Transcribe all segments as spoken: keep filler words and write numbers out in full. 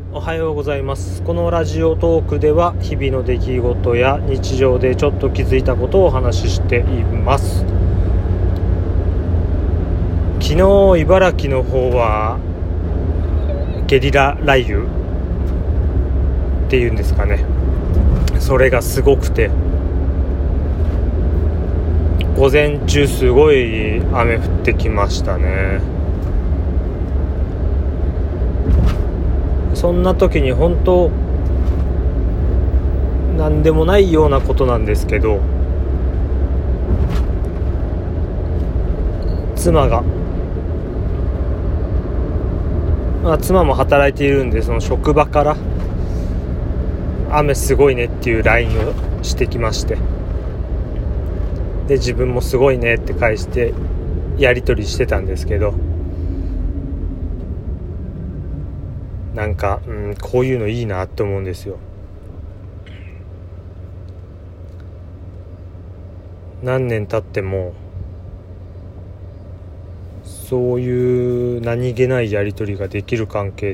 おはようございます。このラジオトークでは日々の出来事や日常でちょっと気づいたことをお話ししています。昨日茨城の方はゲリラ雷雨っていうんですかね、それがすごくて、午前中すごい雨降ってきましたね。そんな時に本当なんでもないようなことなんですけど、妻が、まあ、妻も働いているんで、その職場から雨すごいねっていう ライン をしてきまして、で自分もすごいねって返してやり取りしてたんですけど、なんか、うん、こういうのいいなって思うんですよ。何年経ってもそういう何気ないやり取りができる関係って、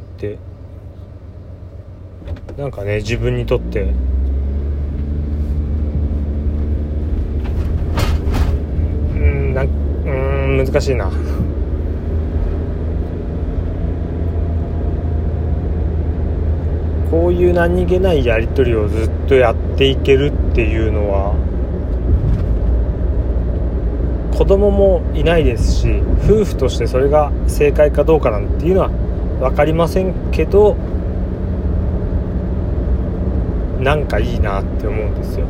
なんかね、自分にとってうんなんうん難しいな。こういう何気ないやり取りをずっとやっていけるっていうのは、子供もいないですし、夫婦としてそれが正解かどうかなんていうのは分かりませんけど、なんかいいなって思うんですよ。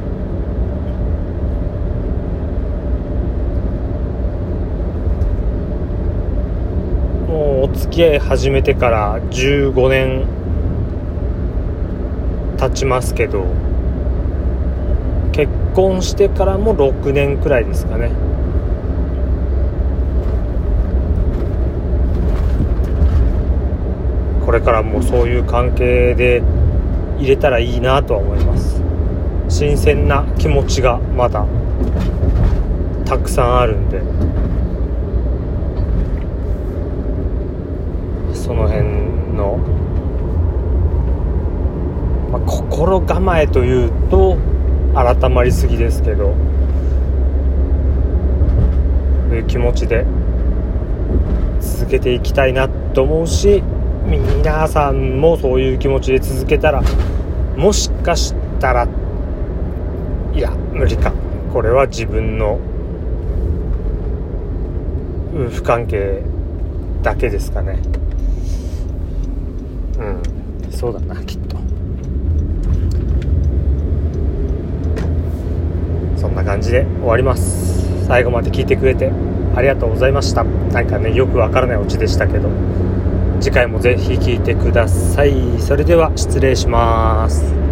もうお付き合い始めてからじゅうごねん経ちますけど、結婚してからもろくねんくらいですかね。これからもそういう関係で入れたらいいなとは思います。新鮮な気持ちがまだたくさんあるんで、その辺の、まあ、心構えというと改まりすぎですけど、そういう気持ちで続けていきたいなと思うし、皆さんもそういう気持ちで続けたら、もしかしたら、いや無理か、これは自分の夫婦関係だけですかね。うんそうだな、きっとそんな感じで終わります。最後まで聞いてくれてありがとうございました。なんかね、よくわからないオチでしたけど、次回もぜひ聞いてください。それでは失礼します。